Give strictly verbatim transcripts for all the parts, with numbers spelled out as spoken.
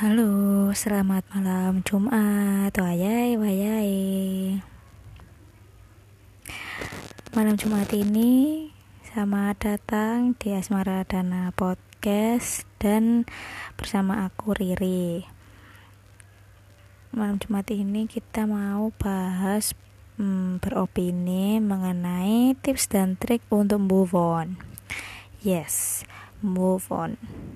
Halo, selamat malam Jumat. Wayai, wayai. Malam Jumat ini selamat datang di Asmara Dana Podcast dan bersama aku Riri. Malam Jumat ini kita mau bahas hmm, beropini mengenai tips dan trik untuk move on. Yes, move on.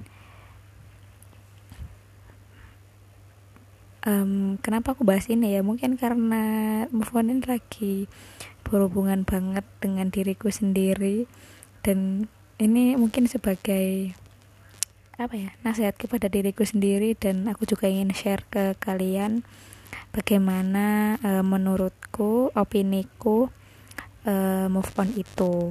Um, kenapa aku bahas ini ya? Mungkin karena move on ini lagi berhubungan banget dengan diriku sendiri, dan ini mungkin sebagai apa ya, nasihat kepada diriku sendiri, dan aku juga ingin share ke kalian bagaimana uh, menurutku, opiniku uh, move on itu.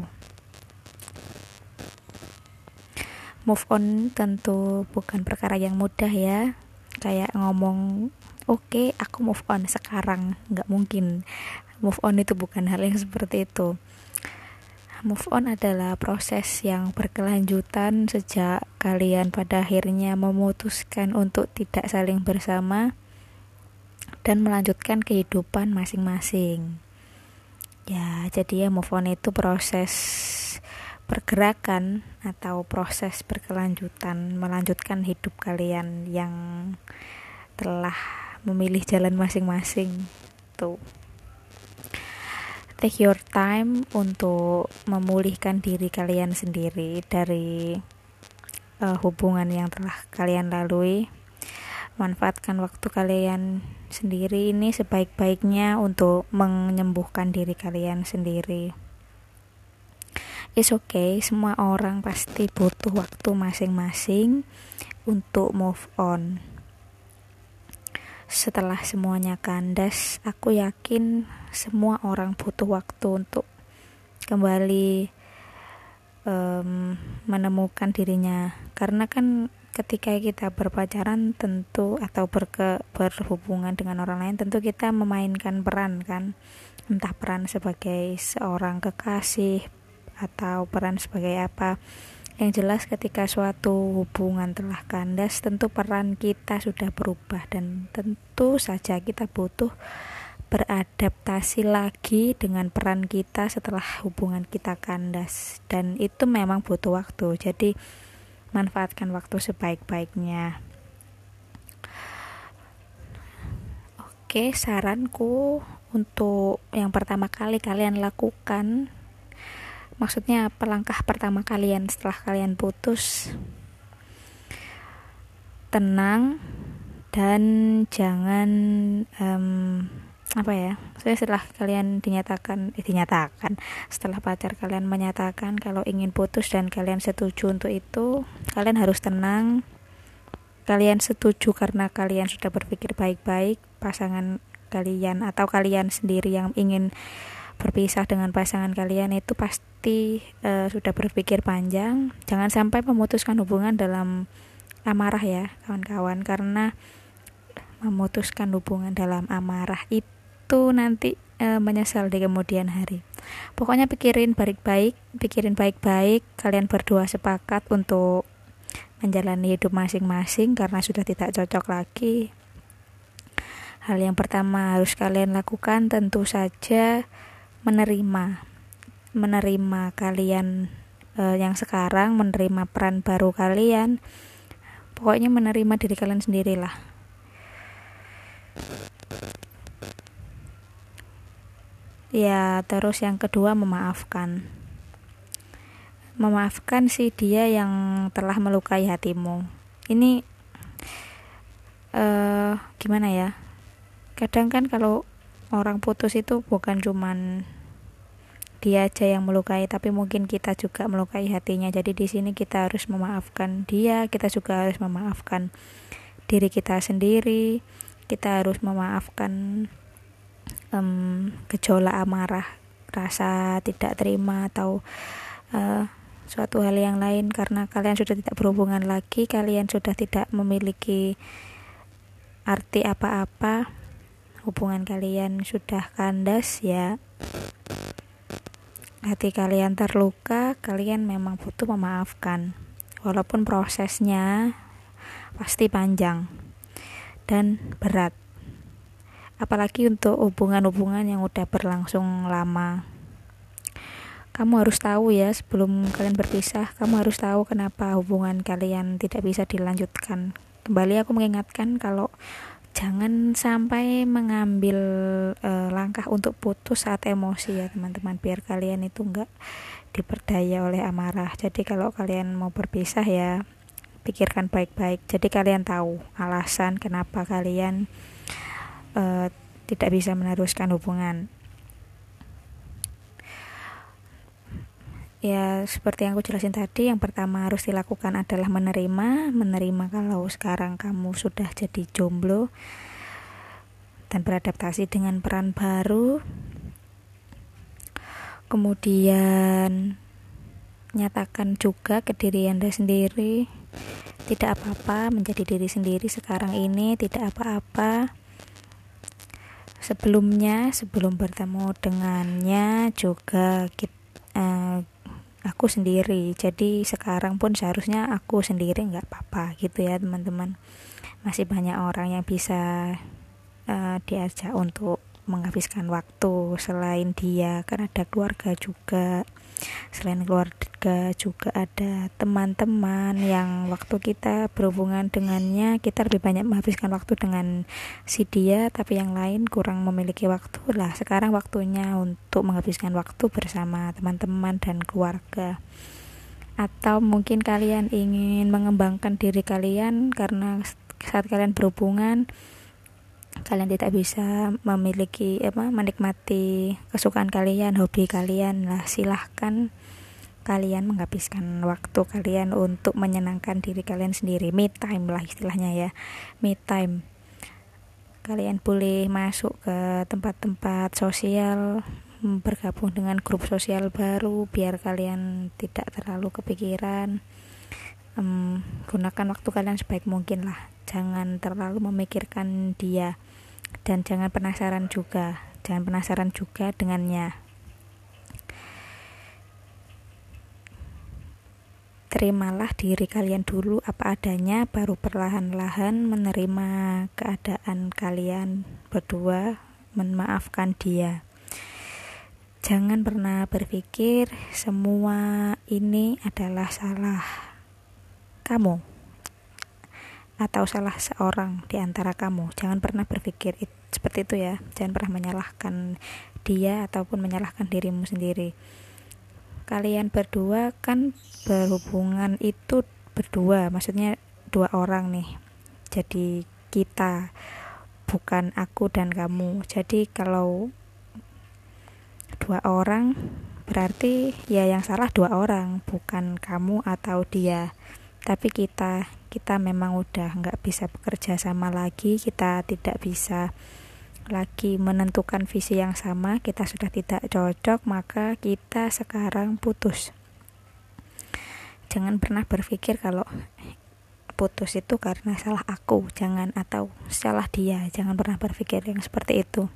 Move on tentu bukan perkara yang mudah ya, kayak ngomong oke okay, aku move on sekarang, nggak mungkin. Move on itu bukan hal yang seperti itu. Move on adalah proses yang berkelanjutan sejak kalian pada akhirnya memutuskan untuk tidak saling bersama dan melanjutkan kehidupan masing-masing. Ya, jadi ya move on itu proses pergerakan atau proses berkelanjutan melanjutkan hidup kalian yang telah memilih jalan masing-masing. Tuh. Take your time untuk memulihkan diri kalian sendiri dari uh, hubungan yang telah kalian lalui. Manfaatkan waktu kalian sendiri ini sebaik-baiknya untuk menyembuhkan diri kalian sendiri. It's okay, semua orang pasti butuh waktu masing-masing untuk move on. Setelah semuanya kandas, aku yakin semua orang butuh waktu untuk kembali um, menemukan dirinya. Karena kan ketika kita berpacaran tentu atau berke, berhubungan dengan orang lain, tentu kita memainkan peran kan, entah peran sebagai seorang kekasih atau peran sebagai apa. Yang jelas ketika suatu hubungan telah kandas, tentu peran kita sudah berubah, dan tentu saja kita butuh beradaptasi lagi dengan peran kita setelah hubungan kita kandas, dan itu memang butuh waktu. Jadi manfaatkan waktu sebaik-baiknya. Oke, saranku untuk yang pertama kali kalian lakukan, maksudnya pelangkah pertama kalian setelah kalian putus, tenang dan jangan um, apa ya, saya setelah kalian dinyatakan eh, dinyatakan setelah pacar kalian menyatakan kalau ingin putus dan kalian setuju untuk itu, kalian harus tenang. Kalian setuju karena kalian sudah berpikir baik-baik. Pasangan kalian atau kalian sendiri yang ingin berpisah dengan pasangan kalian itu pasti uh, sudah berpikir panjang. Jangan sampai memutuskan hubungan dalam amarah ya kawan-kawan, karena memutuskan hubungan dalam amarah itu nanti uh, menyesal di kemudian hari. Pokoknya pikirin baik-baik, pikirin baik-baik. Kalian berdua sepakat untuk menjalani hidup masing-masing karena sudah tidak cocok lagi. Hal yang pertama harus kalian lakukan tentu saja menerima menerima kalian eh, yang sekarang, menerima peran baru kalian. Pokoknya menerima diri kalian sendirilah. Ya, terus yang kedua memaafkan. Memaafkan si dia yang telah melukai hatimu. Ini eh gimana ya? Kadang kan kalau orang putus itu bukan cuman dia aja yang melukai, tapi mungkin kita juga melukai hatinya. Jadi di sini kita harus memaafkan dia, kita juga harus memaafkan diri kita sendiri. Kita harus memaafkan um, gejolak amarah, rasa tidak terima atau uh, suatu hal yang lain, karena kalian sudah tidak berhubungan lagi, kalian sudah tidak memiliki arti apa-apa. Hubungan kalian sudah kandas ya, hati kalian terluka, kalian memang butuh memaafkan. Walaupun prosesnya pasti panjang. dan berat, apalagi untuk hubungan-hubungan yang udah berlangsung lama. Kamu harus tahu ya, sebelum kalian berpisah, kamu harus tahu kenapa hubungan kalian tidak bisa dilanjutkan. Kembali aku mengingatkan kalau jangan sampai mengambil uh, langkah untuk putus saat emosi ya teman-teman, biar kalian itu enggak diperdaya oleh amarah. Jadi kalau kalian mau berpisah ya pikirkan baik-baik, jadi kalian tahu alasan kenapa kalian uh, tidak bisa meneruskan hubungan. Ya seperti yang aku jelasin tadi, yang pertama harus dilakukan adalah menerima menerima kalau sekarang kamu sudah jadi jomblo dan beradaptasi dengan peran baru. Kemudian nyatakan juga ke diri Anda sendiri, tidak apa-apa menjadi diri sendiri sekarang ini, tidak apa-apa. Sebelumnya, sebelum bertemu dengannya juga kita, uh, aku sendiri, jadi sekarang pun seharusnya aku sendiri, nggak apa-apa gitu ya teman-teman. Masih banyak orang yang bisa uh, diajak untuk menghabiskan waktu selain dia, kan ada keluarga juga, selain keluarga juga ada teman-teman yang waktu kita berhubungan dengannya kita lebih banyak menghabiskan waktu dengan si dia, tapi yang lain kurang memiliki waktu. Lah sekarang waktunya untuk menghabiskan waktu bersama teman-teman dan keluarga. Atau mungkin kalian ingin mengembangkan diri kalian karena saat kalian berhubungan kalian tidak bisa memiliki apa menikmati kesukaan kalian, hobi kalian. Lah silahkan kalian menghabiskan waktu kalian untuk menyenangkan diri kalian sendiri, me time lah istilahnya ya, me time. Kalian boleh masuk ke tempat-tempat sosial, bergabung dengan grup sosial baru biar kalian tidak terlalu kepikiran. Um, gunakan waktu kalian sebaik mungkin lah, jangan terlalu memikirkan dia dan jangan penasaran juga jangan penasaran juga dengannya. Terimalah diri kalian dulu apa adanya, baru perlahan-lahan menerima keadaan kalian berdua, memaafkan dia. Jangan pernah berpikir semua ini adalah salah kamu atau salah seorang di antara kamu. Jangan pernah berpikir it, seperti itu ya. Jangan pernah menyalahkan dia ataupun menyalahkan dirimu sendiri. Kalian berdua kan berhubungan itu berdua, maksudnya dua orang nih. Jadi kita, bukan aku dan kamu. Jadi kalau dua orang berarti ya yang salah dua orang, bukan kamu atau dia. Tapi kita kita memang udah nggak bisa bekerja sama lagi, kita tidak bisa lagi menentukan visi yang sama, kita sudah tidak cocok, maka kita sekarang putus. Jangan pernah berpikir kalau putus itu karena salah aku, jangan, atau salah dia, jangan pernah berpikir yang seperti itu.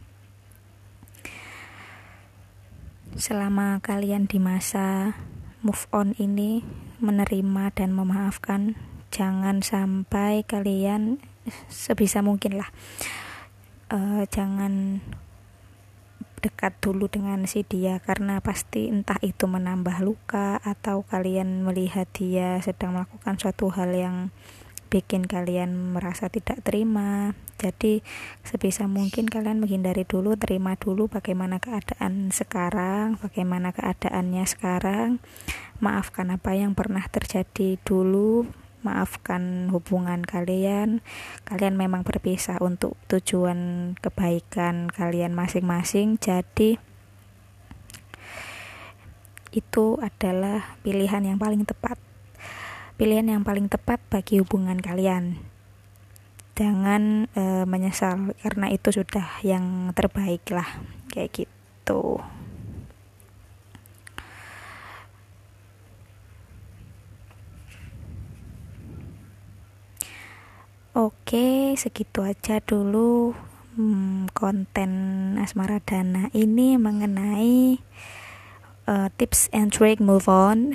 Selama kalian di masa move on ini, menerima dan memaafkan, jangan sampai kalian sebisa mungkin lah uh, jangan dekat dulu dengan si dia, karena pasti entah itu menambah luka atau kalian melihat dia sedang melakukan suatu hal yang bikin kalian merasa tidak terima. Jadi sebisa mungkin kalian menghindari dulu, terima dulu bagaimana keadaan sekarang, bagaimana keadaannya sekarang. Maafkan apa yang pernah terjadi dulu, maafkan hubungan kalian. Kalian memang berpisah untuk tujuan kebaikan kalian masing-masing. Jadi itu adalah pilihan yang paling tepat. Pilihan yang paling tepat bagi hubungan kalian. Jangan e, menyesal, karena itu sudah yang terbaik lah, kayak gitu. Oke, segitu aja dulu hmm, konten Asmaradana ini mengenai uh, tips and trick move on.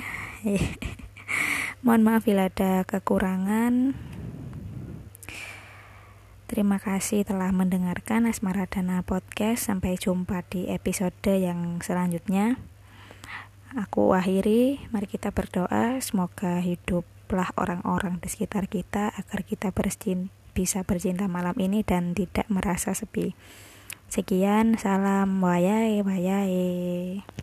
Mohon maaf bila ada kekurangan. Terima kasih telah mendengarkan Asmaradana Podcast. Sampai jumpa di episode yang selanjutnya. Aku akhiri, mari kita berdoa semoga hiduplah orang-orang di sekitar kita agar kita bercinta, bisa bercinta malam ini dan tidak merasa sepi. Sekian, salam wayahe wayahe.